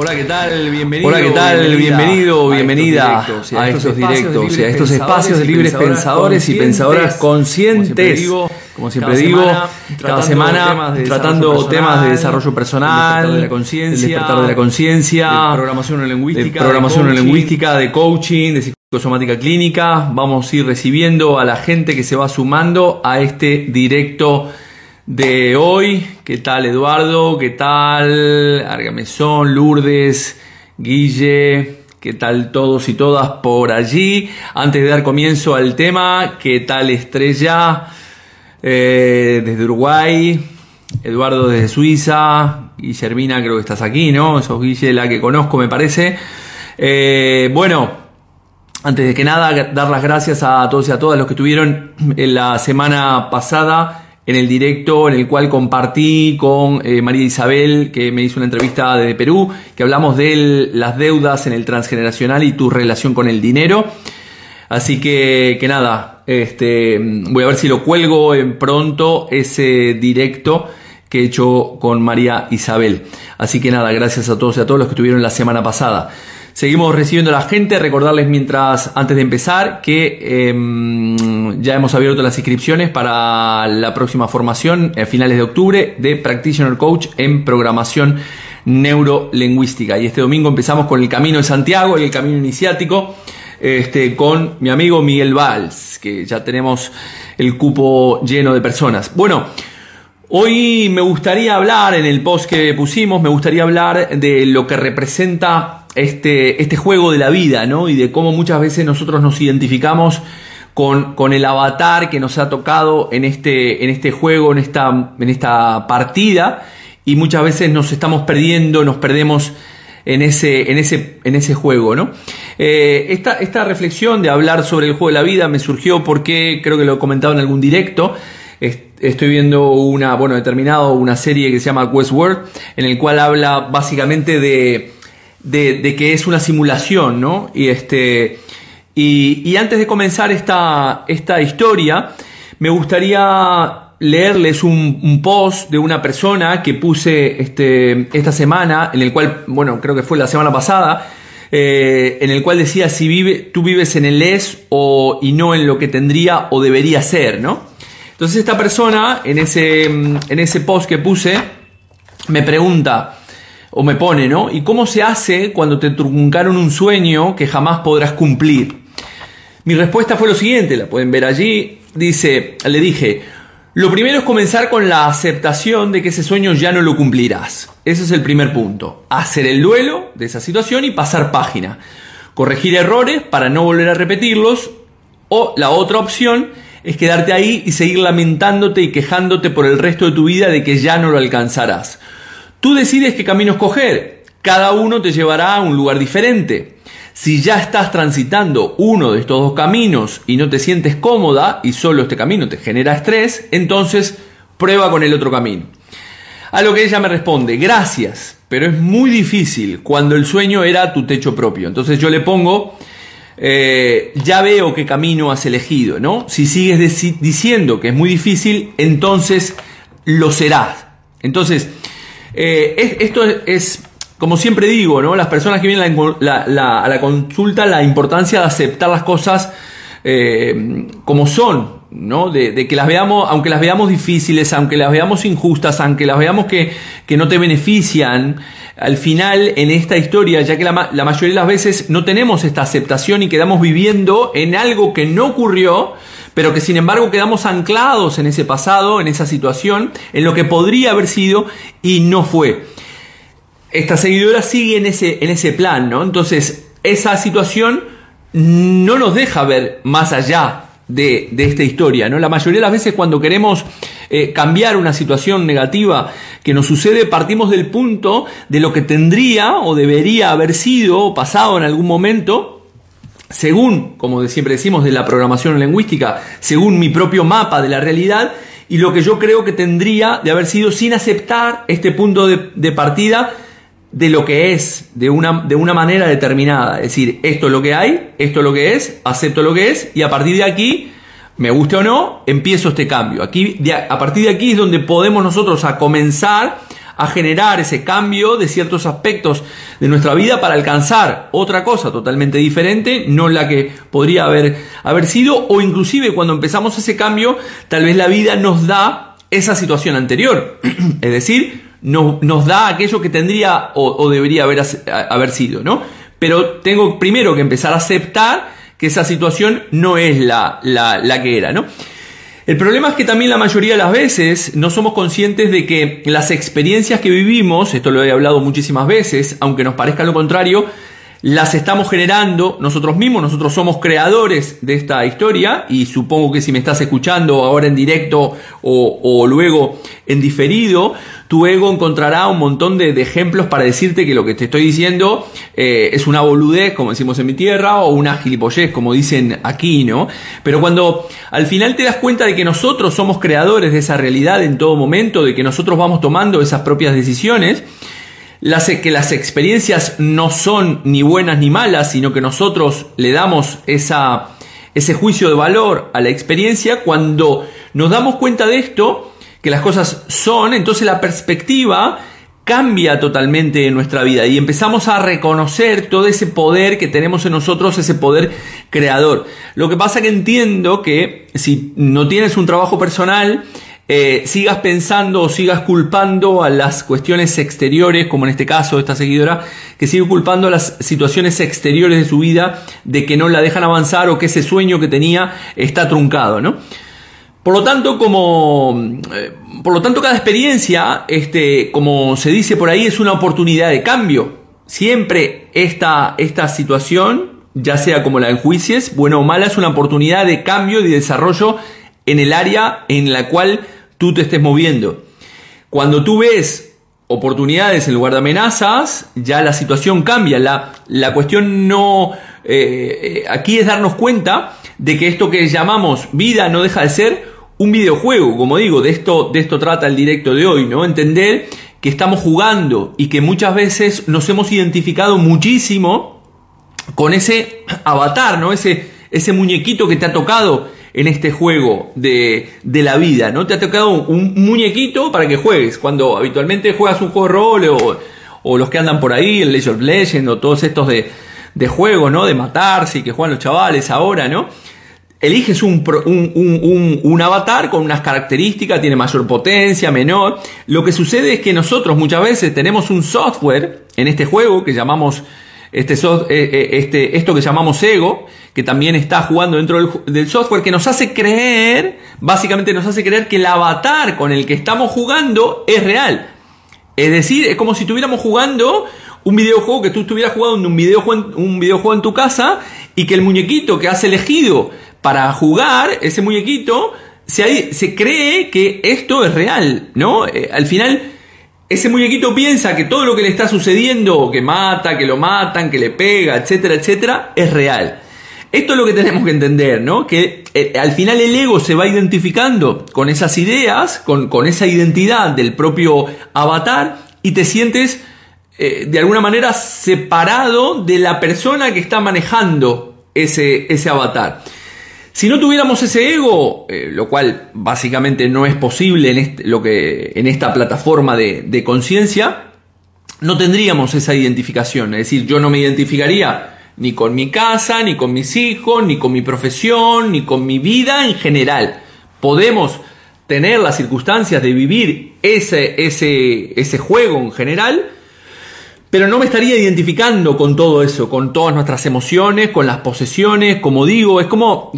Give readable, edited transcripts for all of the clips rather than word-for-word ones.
Hola, ¿qué tal? Bienvenido. Hola, ¿qué tal? Bienvenido, bienvenida a estos directos y a estos espacios de libres pensadores y pensadoras conscientes. Como siempre digo, cada semana tratando temas de desarrollo personal, el despertar de la conciencia, de programación lingüística, de coaching, de psicosomática clínica. Vamos a ir recibiendo a la gente que se va sumando a este directo de hoy. ¿Qué tal, Eduardo? ¿Qué tal Argamesón, Lourdes, Guille? ¿Qué tal todos y todas por allí? Antes de dar comienzo al tema, ¿qué tal Estrella desde Uruguay? Eduardo desde Suiza. Guillermina, creo que estás aquí, ¿no? Sos Guille, la que conozco, me parece. Bueno, antes de que nada, dar las gracias a todos y a todas los que estuvieron en la semana pasada en el directo en el cual compartí con María Isabel, que me hizo una entrevista desde Perú, que hablamos de las deudas en el transgeneracional y tu relación con el dinero. Así que nada, voy a ver si lo cuelgo en pronto, ese directo que he hecho con María Isabel. Así que nada, gracias a todos y a todos los que estuvieron la semana pasada. Seguimos recibiendo a la gente. Recordarles antes de empezar, que ya hemos abierto las inscripciones para la próxima formación a finales de octubre de Practitioner Coach en programación neurolingüística. Y este domingo empezamos con el Camino de Santiago y el Camino Iniciático, con mi amigo Miguel Valls, que ya tenemos el cupo lleno de personas. Bueno, hoy me gustaría hablar, en el post que pusimos, me gustaría hablar de lo que representa este juego de la vida, ¿no? Y de cómo muchas veces nosotros nos identificamos con el avatar que nos ha tocado en este juego, en esta partida, y muchas veces nos perdemos en ese juego, ¿no? Esta reflexión de hablar sobre el juego de la vida me surgió porque creo que lo he comentado en algún directo. Estoy viendo una serie que se llama Westworld, en el cual habla básicamente de que es una simulación, ¿no? Y antes de comenzar esta historia, me gustaría leerles un post de una persona que puse esta semana, en el cual, creo que fue la semana pasada, en el cual decía tú vives en el y no en lo que tendría o debería ser, ¿no? Entonces esta persona, en ese post que puse, me pregunta, o me pone, ¿no? ¿Y cómo se hace cuando te truncaron un sueño que jamás podrás cumplir? Mi respuesta fue lo siguiente, la pueden ver allí. Le dije, lo primero es comenzar con la aceptación de que ese sueño ya no lo cumplirás. Ese es el primer punto. Hacer el duelo de esa situación y pasar página. Corregir errores para no volver a repetirlos. O la otra opción es quedarte ahí y seguir lamentándote y quejándote por el resto de tu vida de que ya no lo alcanzarás. Tú decides qué camino escoger. Cada uno te llevará a un lugar diferente. Si ya estás transitando uno de estos dos caminos y no te sientes cómoda y solo este camino te genera estrés, entonces prueba con el otro camino. A lo que ella me responde, gracias, pero es muy difícil cuando el sueño era tu techo propio. Entonces yo le pongo, ya veo qué camino has elegido, ¿no? Si sigues diciendo que es muy difícil, entonces lo serás. Entonces, esto es, como siempre digo, ¿no? Las personas que vienen a la consulta, la importancia de aceptar las cosas como son, ¿no? De que las veamos, aunque las veamos difíciles, aunque las veamos injustas, aunque las veamos que no te benefician, al final en esta historia, ya que la mayoría de las veces no tenemos esta aceptación y quedamos viviendo en algo que no ocurrió, pero que sin embargo quedamos anclados en ese pasado, en esa situación, en lo que podría haber sido y no fue. Esta seguidora sigue en ese plan, ¿no? Entonces, esa situación no nos deja ver más allá de esta historia, ¿no? La mayoría de las veces cuando queremos cambiar una situación negativa que nos sucede, partimos del punto de lo que tendría o debería haber sido o pasado en algún momento, según, como siempre decimos, de la programación lingüística, según mi propio mapa de la realidad, y lo que yo creo que tendría de haber sido, sin aceptar este punto de partida de lo que es, de una manera determinada. Es decir, esto es lo que hay, esto es lo que es, acepto lo que es, y a partir de aquí, me guste o no, empiezo este cambio. A partir de aquí es donde podemos nosotros a comenzar a generar ese cambio de ciertos aspectos de nuestra vida para alcanzar otra cosa totalmente diferente, no la que podría haber sido, o inclusive cuando empezamos ese cambio, tal vez la vida nos da esa situación anterior, es decir, nos da aquello que tendría o debería haber sido, ¿no? Pero tengo primero que empezar a aceptar que esa situación no es la que era, ¿no? El problema es que también la mayoría de las veces no somos conscientes de que las experiencias que vivimos, esto lo he hablado muchísimas veces, aunque nos parezca lo contrario, las estamos generando nosotros mismos. Nosotros somos creadores de esta historia, y supongo que si me estás escuchando ahora en directo o luego en diferido, tu ego encontrará un montón de ejemplos para decirte que lo que te estoy diciendo es una boludez, como decimos en mi tierra, o una gilipollez, como dicen aquí, ¿no? Pero cuando al final te das cuenta de que nosotros somos creadores de esa realidad en todo momento, de que nosotros vamos tomando esas propias decisiones, que las experiencias no son ni buenas ni malas, sino que nosotros le damos ese juicio de valor a la experiencia. Cuando nos damos cuenta de esto, que las cosas son, entonces la perspectiva cambia totalmente en nuestra vida y empezamos a reconocer todo ese poder que tenemos en nosotros, ese poder creador. Lo que pasa que entiendo que si no tienes un trabajo personal, sigas pensando o sigas culpando a las cuestiones exteriores, como en este caso esta seguidora, que sigue culpando a las situaciones exteriores de su vida de que no la dejan avanzar, o que ese sueño que tenía está truncado, ¿no? Por lo tanto, cada experiencia, como se dice por ahí, es una oportunidad de cambio. Siempre esta situación, ya sea como la enjuicies, buena o mala, es una oportunidad de cambio y de desarrollo en el área en la cual tú te estés moviendo. Cuando tú ves oportunidades en lugar de amenazas, ya la situación cambia. La cuestión no aquí es darnos cuenta de que esto que llamamos vida no deja de ser un videojuego. Como digo, de esto trata el directo de hoy, ¿no? Entender que estamos jugando y que muchas veces nos hemos identificado muchísimo con ese avatar, ¿no? Ese muñequito que te ha tocado en este juego de la vida, ¿no? Te ha tocado un muñequito para que juegues. Cuando habitualmente juegas un juego de rol o los que andan por ahí, el League of Legends o todos estos de juegos, ¿no? De matarse y que juegan los chavales ahora, ¿no? Eliges un avatar con unas características, tiene mayor potencia, menor. Lo que sucede es que nosotros muchas veces tenemos un software en este juego que llamamos esto que llamamos ego, que también está jugando dentro del software, que nos hace creer, básicamente nos hace creer que el avatar con el que estamos jugando es real. Es decir, es como si estuviéramos jugando un videojuego, que tú estuvieras jugando un videojuego en tu casa, y que el muñequito que has elegido para jugar, ese muñequito, se cree que esto es real, ¿no? Al final, ese muñequito piensa que todo lo que le está sucediendo, que mata, que lo matan, que le pega, etcétera, etcétera, es real. Esto es lo que tenemos que entender, ¿no? Que al final el ego se va identificando con esas ideas, con esa identidad del propio avatar, y te sientes de alguna manera separado de la persona que está manejando ese avatar. Si no tuviéramos ese ego, lo cual básicamente no es posible en esta plataforma de conciencia, no tendríamos esa identificación. Es decir, yo no me identificaría ni con mi casa, ni con mis hijos, ni con mi profesión, ni con mi vida en general. Podemos tener las circunstancias de vivir ese juego en general, pero no me estaría identificando con todo eso, con todas nuestras emociones, con las posesiones. Como digo, es como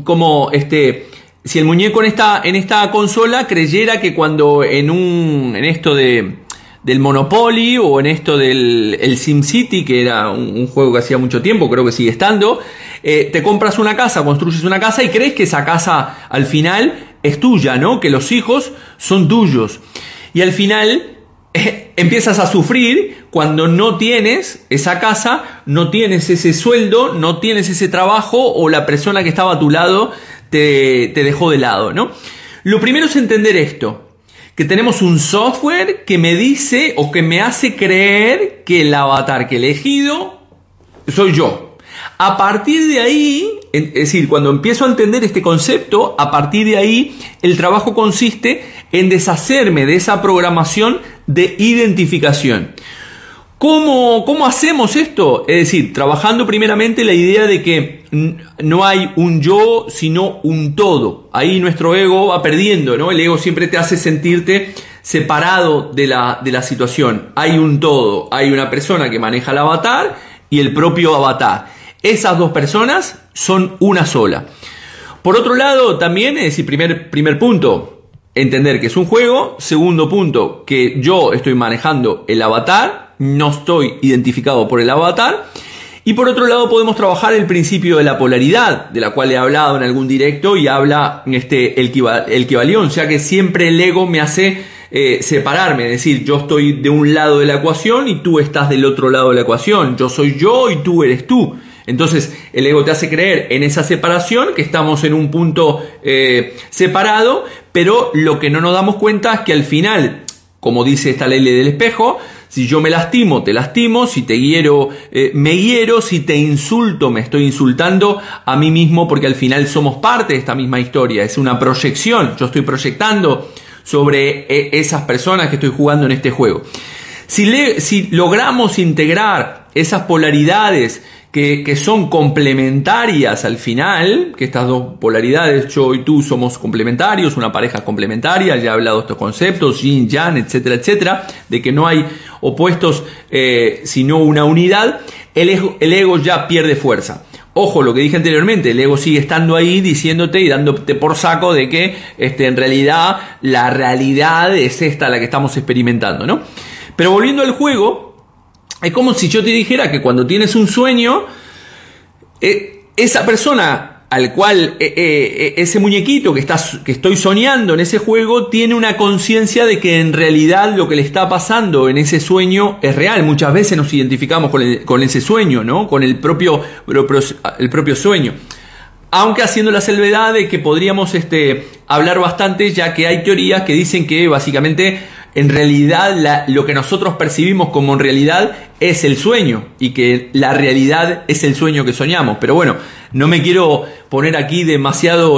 si el muñeco en esta consola creyera que cuando en esto del Monopoly, o en esto del SimCity, que era un juego que hacía mucho tiempo, creo que sigue estando, te compras una casa, construyes una casa y crees que esa casa al final es tuya, ¿no? Que los hijos son tuyos. Y al final empiezas a sufrir cuando no tienes esa casa, no tienes ese sueldo, no tienes ese trabajo, o la persona que estaba a tu lado te dejó de lado, ¿no? Lo primero es entender esto, que tenemos un software que me dice o que me hace creer que el avatar que he elegido soy yo. A partir de ahí, es decir, cuando empiezo a entender este concepto, a partir de ahí el trabajo consiste en deshacerme de esa programación de identificación. ¿Cómo hacemos esto? Es decir, trabajando primeramente la idea de que no hay un yo, sino un todo. Ahí nuestro ego va perdiendo, ¿no? El ego siempre te hace sentirte separado de la situación. Hay un todo, hay una persona que maneja el avatar y el propio avatar. Esas dos personas son una sola. Por otro lado, también, es decir, primer punto, entender que es un juego. Segundo punto, que yo estoy manejando el avatar, no estoy identificado por el avatar. Y por otro lado podemos trabajar el principio de la polaridad, de la cual he hablado en algún directo y habla el Kybalión, ya que siempre el ego me hace separarme, es decir, yo estoy de un lado de la ecuación y tú estás del otro lado de la ecuación, yo soy yo y tú eres tú. Entonces el ego te hace creer en esa separación, que estamos en un punto separado, pero lo que no nos damos cuenta es que al final, como dice esta ley del espejo, si yo me lastimo, te lastimo, si te hiero, me hiero, si te insulto, me estoy insultando a mí mismo, porque al final somos parte de esta misma historia, es una proyección, yo estoy proyectando sobre esas personas que estoy jugando en este juego. Si logramos integrar esas polaridades que son complementarias al final, que estas dos polaridades, yo y tú somos complementarios, una pareja complementaria, ya he hablado de estos conceptos, yin, yang, etcétera, etcétera, de que no hay opuestos sino una unidad, el ego ya pierde fuerza. Ojo, lo que dije anteriormente, el ego sigue estando ahí diciéndote y dándote por saco de que en realidad la realidad es esta la que estamos experimentando, ¿no? Pero volviendo al juego, es como si yo te dijera que cuando tienes un sueño, esa persona al cual ese muñequito que estoy soñando en ese juego tiene una conciencia de que en realidad lo que le está pasando en ese sueño es real. Muchas veces nos identificamos con ese sueño, ¿no? Con el propio sueño. Aunque haciendo la salvedad de que podríamos hablar bastante, ya que hay teorías que dicen que básicamente en realidad lo que nosotros percibimos como en realidad es el sueño y que la realidad es el sueño que soñamos. Pero bueno, no me quiero poner aquí demasiado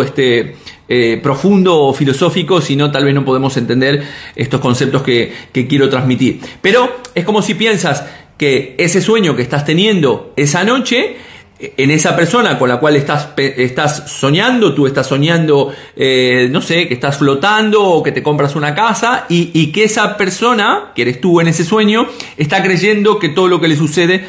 profundo o filosófico, sino tal vez no podemos entender estos conceptos que quiero transmitir. Pero es como si piensas que ese sueño que estás teniendo esa noche, en esa persona con la cual estás soñando, tú estás soñando, no sé, que estás flotando o que te compras una casa y que esa persona, que eres tú en ese sueño, está creyendo que todo lo que le sucede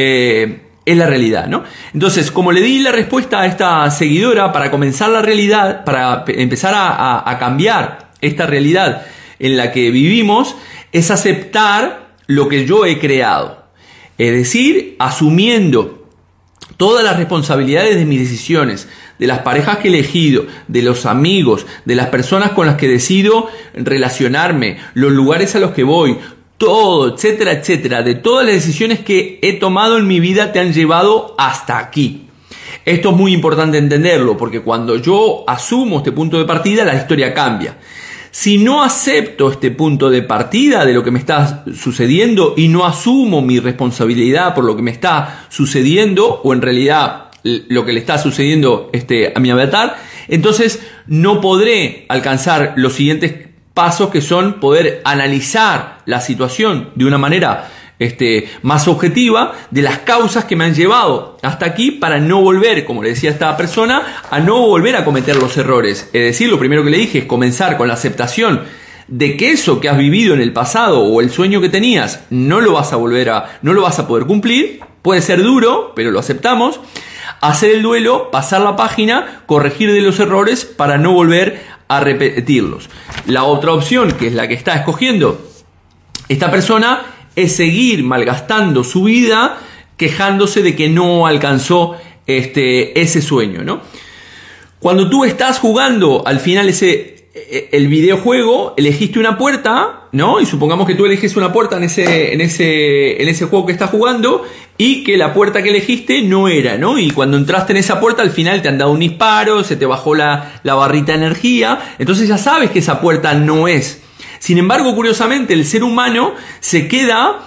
es la realidad, ¿no? Entonces, como le di la respuesta a esta seguidora, para comenzar la realidad, para empezar a cambiar esta realidad en la que vivimos, es aceptar lo que yo he creado. Es decir, asumiendo todas las responsabilidades de mis decisiones, de las parejas que he elegido, de los amigos, de las personas con las que decido relacionarme, los lugares a los que voy, todo, etcétera, etcétera, de todas las decisiones que he tomado en mi vida te han llevado hasta aquí. Esto es muy importante entenderlo, porque cuando yo asumo este punto de partida, la historia cambia. Si no acepto este punto de partida de lo que me está sucediendo y no asumo mi responsabilidad por lo que me está sucediendo, o en realidad lo que le está sucediendo a mi avatar, entonces no podré alcanzar los siguientes pasos, que son poder analizar la situación de una manera más objetiva, de las causas que me han llevado hasta aquí, para no volver, como le decía a esta persona, a no volver a cometer los errores. Es decir, lo primero que le dije es comenzar con la aceptación de que eso que has vivido en el pasado o el sueño que tenías no lo vas a poder cumplir. Puede ser duro, pero lo aceptamos. Hacer el duelo, pasar la página, corregir de los errores para no volver a repetirlos. La otra opción, que es la que está escogiendo esta persona, es seguir malgastando su vida quejándose de que no alcanzó ese sueño, ¿no? Cuando tú estás jugando al final el videojuego, elegiste una puerta, ¿no? Y supongamos que tú eliges una puerta en ese juego que estás jugando, y que la puerta que elegiste no era, ¿no? Y cuando entraste en esa puerta, al final te han dado un disparo, se te bajó la barrita de energía, entonces ya sabes que esa puerta no es. Sin embargo, curiosamente, el ser humano se queda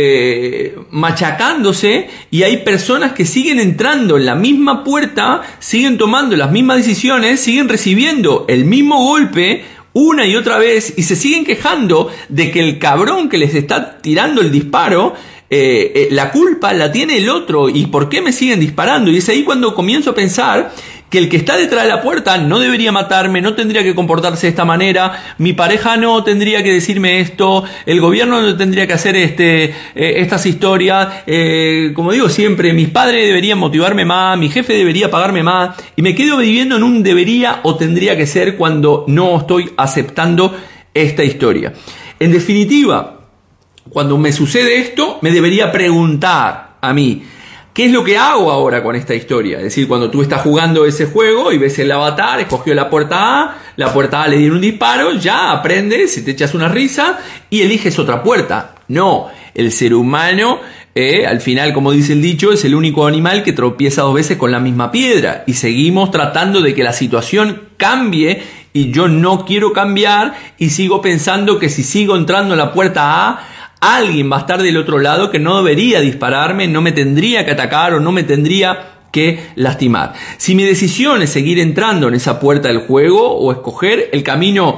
machacándose, y hay personas que siguen entrando en la misma puerta, siguen tomando las mismas decisiones, siguen recibiendo el mismo golpe una y otra vez y se siguen quejando de que el cabrón que les está tirando el disparo, la culpa la tiene el otro y por qué me siguen disparando. Y es ahí cuando comienzo a pensar que el que está detrás de la puerta no debería matarme, no tendría que comportarse de esta manera, mi pareja no tendría que decirme esto, el gobierno no tendría que hacer estas historias, como digo siempre, mis padres deberían motivarme más, mi jefe debería pagarme más, y me quedo viviendo en un debería o tendría que ser cuando no estoy aceptando esta historia. En definitiva, cuando me sucede esto, me debería preguntar a mí, ¿qué es lo que hago ahora con esta historia? Es decir, cuando tú estás jugando ese juego y ves el avatar, escogió la puerta A le dieron un disparo, ya aprendes, si te echas una risa y eliges otra puerta. No, el ser humano, al final, como dice el dicho, es el único animal que tropieza 2 veces con la misma piedra. Y seguimos tratando de que la situación cambie y yo no quiero cambiar y sigo pensando que si sigo entrando en la puerta A, alguien va a estar del otro lado que no debería dispararme, no me tendría que atacar o no me tendría que lastimar. Si mi decisión es seguir entrando en esa puerta del juego o escoger el camino,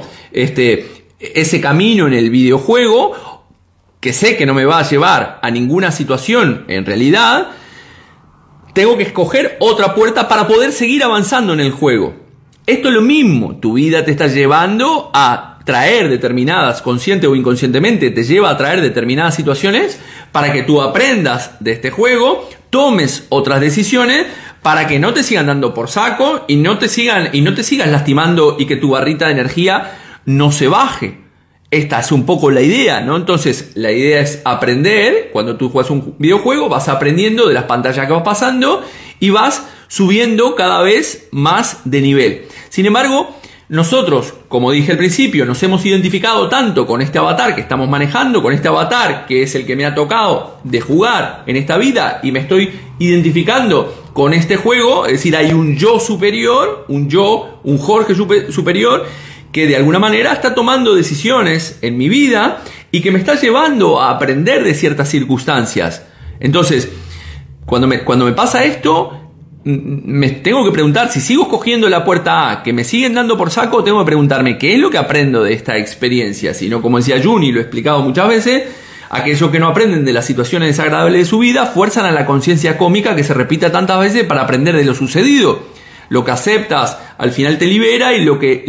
ese camino en el videojuego, que sé que no me va a llevar a ninguna situación en realidad, tengo que escoger otra puerta para poder seguir avanzando en el juego. Esto es lo mismo, tu vida te está llevando a traer determinadas, consciente o inconscientemente, te lleva a traer determinadas situaciones para que tú aprendas de este juego, tomes otras decisiones para que no te sigan dando por saco y no te sigas lastimando y que tu barrita de energía no se baje. Esta es un poco la idea, ¿no? Entonces, la idea es aprender. Cuando tú juegas un videojuego, vas aprendiendo de las pantallas que vas pasando y vas subiendo cada vez más de nivel. Sin embargo, nosotros, como dije al principio, nos hemos identificado tanto con este avatar que estamos manejando, con este avatar que es el que me ha tocado de jugar en esta vida y me estoy identificando con este juego. Es decir, hay un yo superior, un Jorge superior que de alguna manera está tomando decisiones en mi vida y que me está llevando a aprender de ciertas circunstancias. Entonces, cuando me pasa esto, me tengo que preguntar, si sigo escogiendo la puerta A, que me siguen dando por saco, tengo que preguntarme qué es lo que aprendo de esta experiencia. Si no, como decía Juni, lo he explicado muchas veces, aquellos que no aprenden de las situaciones desagradables de su vida fuerzan a la conciencia cómica que se repita tantas veces para aprender de lo sucedido. Lo que aceptas al final te libera y lo que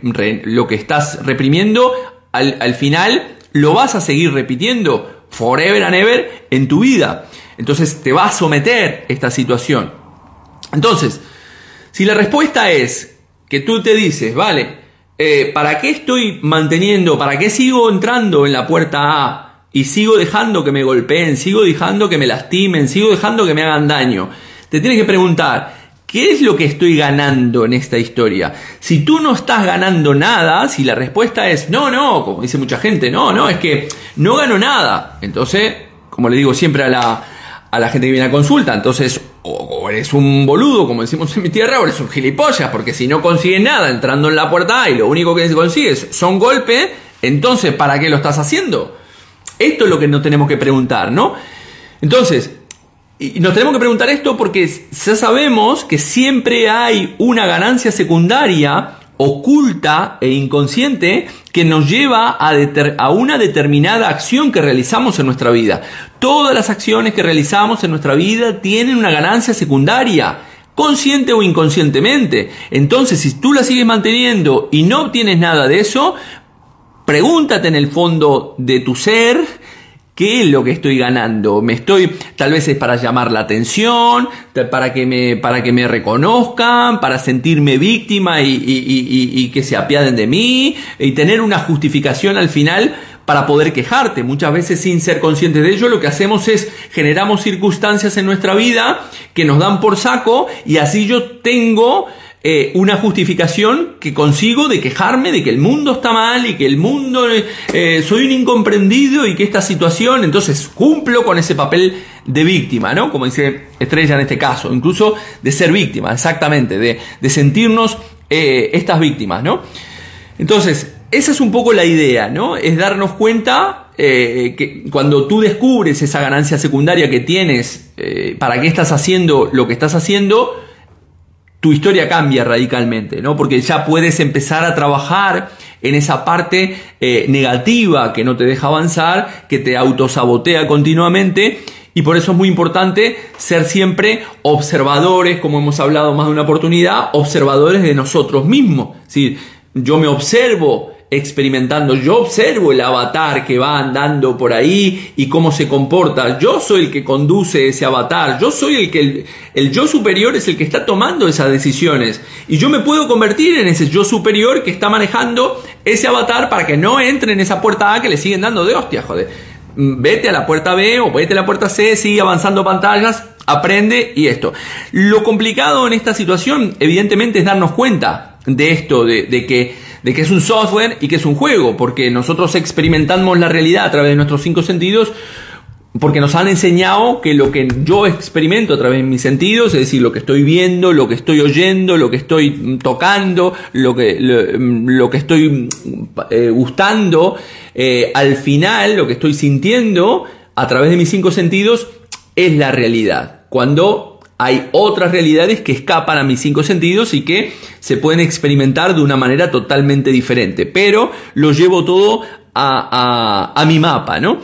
estás reprimiendo al final lo vas a seguir repitiendo forever and ever en tu vida. Entonces te va a someter esta situación. Entonces, si la respuesta es que tú te dices, vale, ¿para qué estoy manteniendo, para qué sigo entrando en la puerta A y sigo dejando que me golpeen, sigo dejando que me lastimen, sigo dejando que me hagan daño? Te tienes que preguntar, ¿qué es lo que estoy ganando en esta historia? Si tú no estás ganando nada, si la respuesta es no, como dice mucha gente, no, es que no gano nada. Entonces, como le digo siempre a la gente que viene a consulta, entonces o eres un boludo, como decimos en mi tierra, o eres un gilipollas, porque si no consigues nada entrando en la puerta A y lo único que consigues son golpes, entonces ¿para qué lo estás haciendo? Esto es lo que nos tenemos que preguntar, ¿no? Entonces, y nos tenemos que preguntar esto porque ya sabemos que siempre hay una ganancia secundaria oculta e inconsciente que nos lleva a una determinada acción que realizamos en nuestra vida. Todas las acciones que realizamos en nuestra vida tienen una ganancia secundaria, consciente o inconscientemente. Entonces, si tú la sigues manteniendo y no obtienes nada de eso, pregúntate en el fondo de tu ser, ¿qué es lo que estoy ganando? Tal vez es para llamar la atención, para que me reconozcan, para sentirme víctima y que se apiaden de mí, y tener una justificación al final para poder quejarte. Muchas veces, sin ser conscientes de ello, lo que hacemos es generamos circunstancias en nuestra vida que nos dan por saco, y así yo tengo una justificación que consigo de quejarme de que el mundo está mal y que el mundo soy un incomprendido y que esta situación, entonces cumplo con ese papel de víctima, ¿no? Como dice Estrella en este caso, incluso de ser víctima, exactamente, de sentirnos estas víctimas, ¿no? Entonces, esa es un poco la idea, ¿no? Es darnos cuenta que cuando tú descubres esa ganancia secundaria que tienes, para qué estás haciendo lo que estás haciendo, tu historia cambia radicalmente, ¿no? Porque ya puedes empezar a trabajar en esa parte negativa que no te deja avanzar, que te autosabotea continuamente. Y por eso es muy importante ser siempre observadores, como hemos hablado más de una oportunidad, observadores de nosotros mismos. ¿Sí? Yo me observo experimentando, yo observo el avatar que va andando por ahí y cómo se comporta. Yo soy el que conduce ese avatar, yo soy el yo superior es el que está tomando esas decisiones. Y yo me puedo convertir en ese yo superior que está manejando ese avatar para que no entre en esa puerta A que le siguen dando de hostia, joder. Vete a la puerta B o vete a la puerta C, sigue avanzando pantallas, aprende y esto. Lo complicado en esta situación, evidentemente, es darnos cuenta de esto, de que es un software y que es un juego, porque nosotros experimentamos la realidad a través de nuestros 5 sentidos, porque nos han enseñado que lo que yo experimento a través de mis sentidos, es decir, lo que estoy viendo, lo que estoy oyendo, lo que estoy tocando, lo que estoy gustando, al final lo que estoy sintiendo a través de mis 5 sentidos es la realidad. Cuando hay otras realidades que escapan a mis 5 sentidos y que se pueden experimentar de una manera totalmente diferente, pero lo llevo todo a mi mapa, ¿no?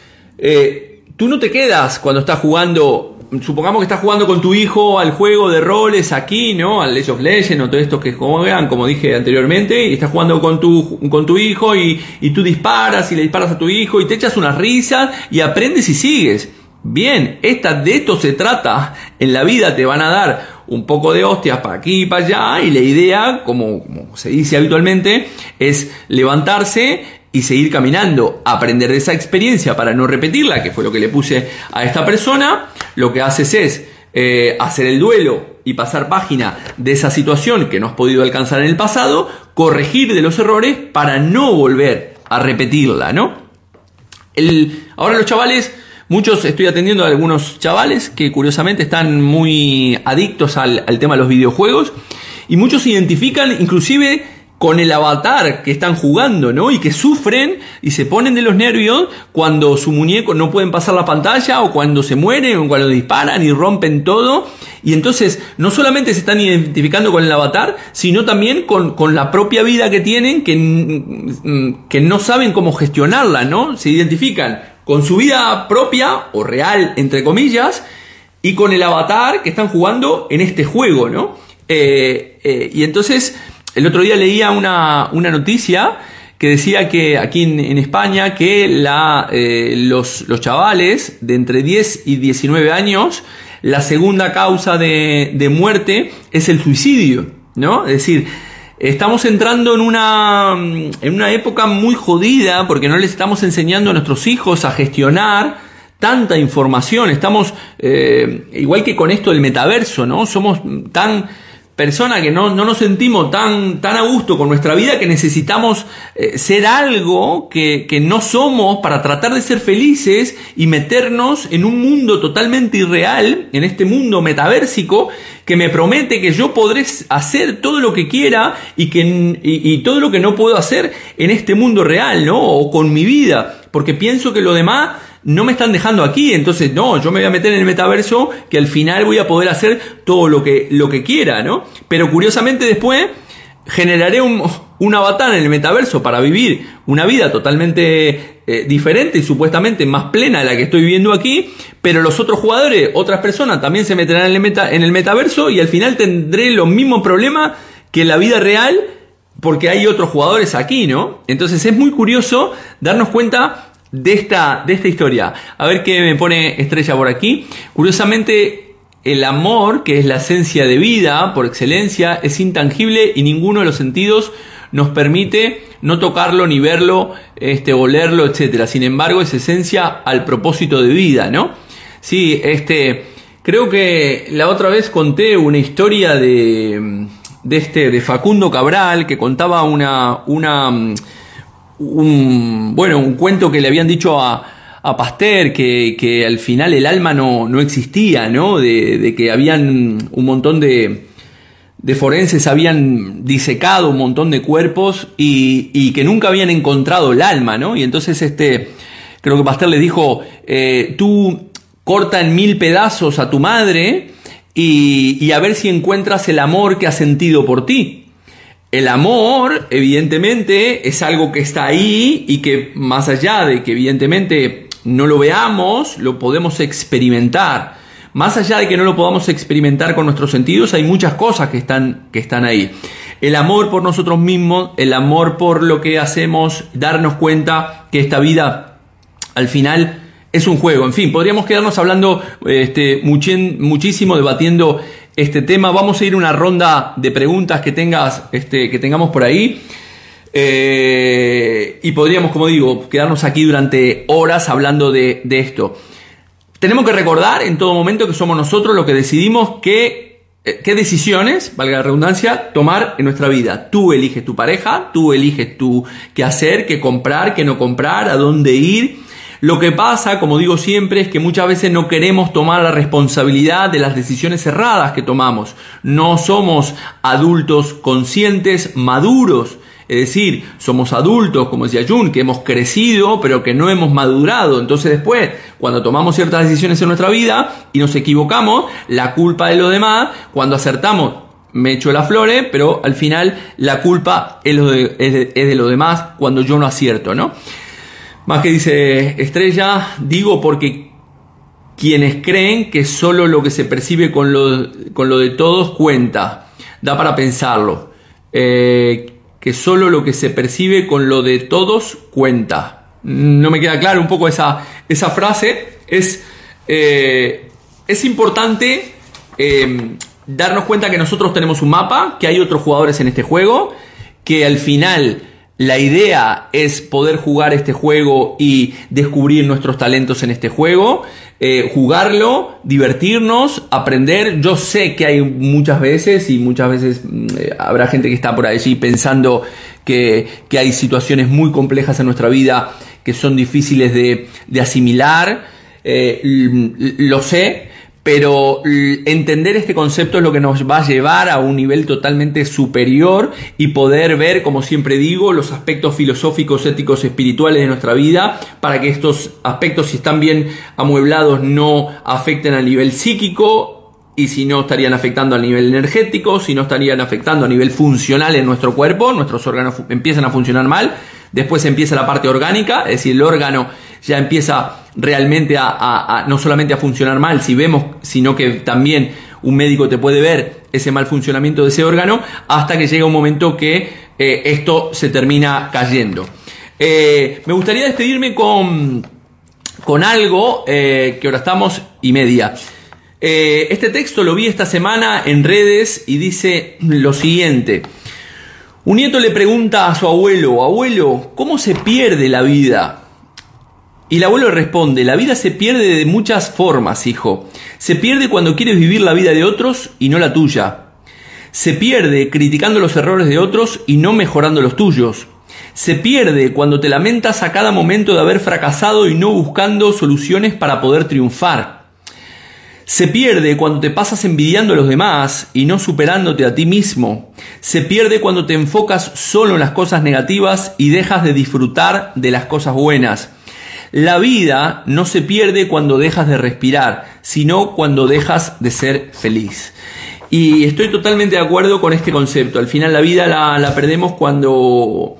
Tú no te quedas cuando estás jugando, supongamos que estás jugando con tu hijo al juego de roles aquí, ¿no? Al League of Legends o todo esto que juegan, como dije anteriormente, y estás jugando con tu hijo y tú disparas y le disparas a tu hijo y te echas una risa y aprendes y sigues. Bien, de esto se trata. En la vida te van a dar un poco de hostias para aquí y para allá, y la idea, como se dice habitualmente, es levantarse y seguir caminando, aprender de esa experiencia para no repetirla, que fue lo que le puse a esta persona. Lo que haces es hacer el duelo y pasar página de esa situación que no has podido alcanzar en el pasado, corregir de los errores para no volver a repetirla, ¿no? Ahora los chavales, muchos, estoy atendiendo a algunos chavales que curiosamente están muy adictos al tema de los videojuegos, y muchos se identifican inclusive con el avatar que están jugando, ¿no? Y que sufren y se ponen de los nervios cuando su muñeco no pueden pasar la pantalla, o cuando se mueren, o cuando disparan y rompen todo. Y entonces no solamente se están identificando con el avatar, sino también con la propia vida que tienen, que no saben cómo gestionarla, ¿no? Se identifican con su vida propia o real, entre comillas, y con el avatar que están jugando en este juego, ¿no? Y entonces el otro día leía una noticia que decía que aquí en España que los chavales de entre 10 y 19 años, la segunda causa de muerte es el suicidio, ¿no? Es decir, estamos entrando en una época muy jodida, porque no les estamos enseñando a nuestros hijos a gestionar tanta información. Estamos, igual que con esto del metaverso, ¿no? Somos tan personas que no nos sentimos tan a gusto con nuestra vida, que necesitamos ser algo que no somos para tratar de ser felices y meternos en un mundo totalmente irreal, en este mundo metaversico que me promete que yo podré hacer todo lo que quiera y todo lo que no puedo hacer en este mundo real, ¿no? O con mi vida, porque pienso que lo demás no me están dejando aquí. Entonces no, yo me voy a meter en el metaverso, que al final voy a poder hacer todo lo que quiera, ¿no? Pero curiosamente después generaré un avatar en el metaverso para vivir una vida totalmente diferente y supuestamente más plena de la que estoy viviendo aquí, pero los otros jugadores, otras personas también se meterán en el metaverso, y al final tendré los mismos problemas que en la vida real, porque hay otros jugadores aquí, ¿no? Entonces es muy curioso darnos cuenta de esta historia. A ver qué me pone Estrella por aquí. Curiosamente, el amor, que es la esencia de vida por excelencia, es intangible y ninguno de los sentidos nos permite no tocarlo, ni verlo, olerlo, etcétera. Sin embargo, es esencia al propósito de vida, ¿no? Sí, creo que la otra vez conté una historia de Facundo Cabral, que contaba un cuento que le habían dicho a Pasteur, que al final el alma no existía, ¿no? De que habían un montón de forenses, habían disecado un montón de cuerpos y que nunca habían encontrado el alma, ¿no? Y entonces creo que Pasteur les dijo, tú corta en 1000 pedazos a tu madre y a ver si encuentras el amor que ha sentido por ti. El amor, evidentemente, es algo que está ahí y que más allá de que evidentemente no lo veamos, lo podemos experimentar. Más allá de que no lo podamos experimentar con nuestros sentidos, hay muchas cosas que están ahí. El amor por nosotros mismos, el amor por lo que hacemos, darnos cuenta que esta vida al final es un juego. En fin, podríamos quedarnos hablando muchísimo, debatiendo este tema. Vamos a ir a una ronda de preguntas que tengamos por ahí. Y podríamos, como digo, quedarnos aquí durante horas hablando de esto. Tenemos que recordar en todo momento que somos nosotros los que decidimos qué decisiones, valga la redundancia, tomar en nuestra vida. Tú eliges tu pareja, tú eliges qué hacer, qué comprar, qué no comprar, a dónde ir. Lo que pasa, como digo siempre, es que muchas veces no queremos tomar la responsabilidad de las decisiones erradas que tomamos. No somos adultos conscientes, maduros. Es decir, somos adultos, como decía Jung, que hemos crecido, pero que no hemos madurado. Entonces después, cuando tomamos ciertas decisiones en nuestra vida y nos equivocamos, la culpa es de los demás. Cuando acertamos, me echo las flores, pero al final la culpa es de los demás cuando yo no acierto, ¿no? Más que dice Estrella, digo porque quienes creen que solo lo que se percibe con lo de todos cuenta. Da para pensarlo. Que solo lo que se percibe con lo de todos cuenta. No me queda claro un poco esa frase. Es importante darnos cuenta que nosotros tenemos un mapa, que hay otros jugadores en este juego, que al final la idea es poder jugar este juego y descubrir nuestros talentos en este juego, jugarlo, divertirnos, aprender. Yo sé que hay muchas veces habrá gente que está por allí pensando que hay situaciones muy complejas en nuestra vida que son difíciles de asimilar. Lo sé. Pero entender este concepto es lo que nos va a llevar a un nivel totalmente superior y poder ver, como siempre digo, los aspectos filosóficos, éticos, espirituales de nuestra vida, para que estos aspectos, si están bien amueblados, no afecten a nivel psíquico, y si no estarían afectando a nivel energético, si no estarían afectando a nivel funcional en nuestro cuerpo, nuestros órganos empiezan a funcionar mal. Después empieza la parte orgánica, es decir, el órgano ya empieza realmente a no solamente a funcionar mal, sino que también un médico te puede ver ese mal funcionamiento de ese órgano, hasta que llega un momento que esto se termina cayendo. Me gustaría despedirme con algo que ahora estamos y media. Este texto lo vi esta semana en redes y dice lo siguiente. Un nieto le pregunta a su abuelo: abuelo, ¿cómo se pierde la vida? Y el abuelo responde: la vida se pierde de muchas formas, hijo. Se pierde cuando quieres vivir la vida de otros y no la tuya. Se pierde criticando los errores de otros y no mejorando los tuyos. Se pierde cuando te lamentas a cada momento de haber fracasado y no buscando soluciones para poder triunfar. Se pierde cuando te pasas envidiando a los demás y no superándote a ti mismo. Se pierde cuando te enfocas solo en las cosas negativas y dejas de disfrutar de las cosas buenas. La vida no se pierde cuando dejas de respirar, sino cuando dejas de ser feliz. Y estoy totalmente de acuerdo con este concepto. Al final la vida la perdemos cuando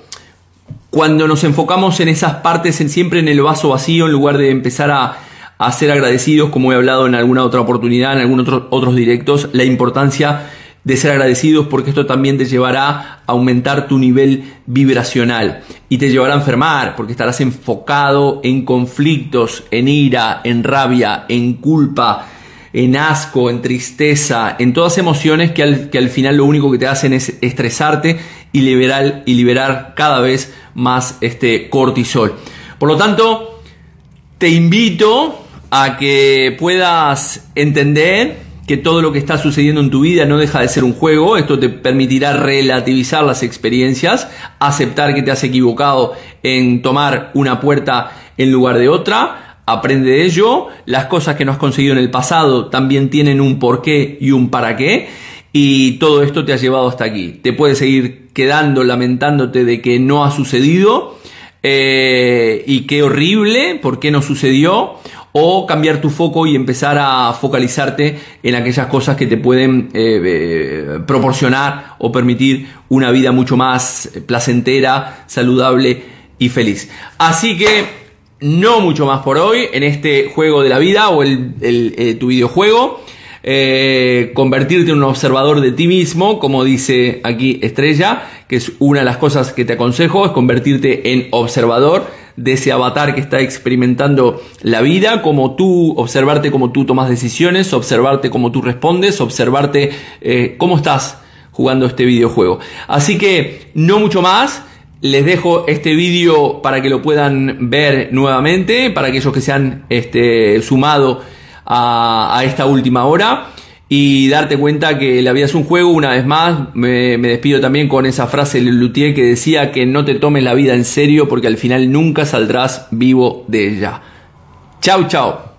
nos enfocamos en esas partes, siempre en el vaso vacío, en lugar de empezar a ser agradecidos, como he hablado en alguna otra oportunidad, en algunos otros directos, la importancia de ser agradecidos, porque esto también te llevará a aumentar tu nivel vibracional y te llevará a enfermar, porque estarás enfocado en conflictos, en ira, en rabia, en culpa, en asco, en tristeza, en todas emociones que al final lo único que te hacen es estresarte y liberar cada vez más cortisol. Por lo tanto, te invito a que puedas entender que todo lo que está sucediendo en tu vida no deja de ser un juego. Esto te permitirá relativizar las experiencias, aceptar que te has equivocado en tomar una puerta en lugar de otra. Aprende de ello. Las cosas que no has conseguido en el pasado también tienen un porqué y un para qué. Y todo esto te ha llevado hasta aquí. Te puedes seguir quedando lamentándote de que no ha sucedido y qué horrible, por qué no sucedió. o cambiar tu foco y empezar a focalizarte en aquellas cosas que te pueden proporcionar o permitir una vida mucho más placentera, saludable y feliz. Así que no mucho más por hoy en este juego de la vida o tu videojuego. Convertirte en un observador de ti mismo, como dice aquí Estrella, que es una de las cosas que te aconsejo, es convertirte en observador de ese avatar que está experimentando la vida, observarte como tú tomas decisiones, observarte como tú respondes, observarte cómo estás jugando este videojuego. Así que no mucho más. Les dejo este vídeo para que lo puedan ver nuevamente, para aquellos que se han sumado a esta última hora, y darte cuenta que la vida es un juego. Una vez más me despido también con esa frase de Lelutier que decía que no te tomes la vida en serio porque al final nunca saldrás vivo de ella. Chau, chau.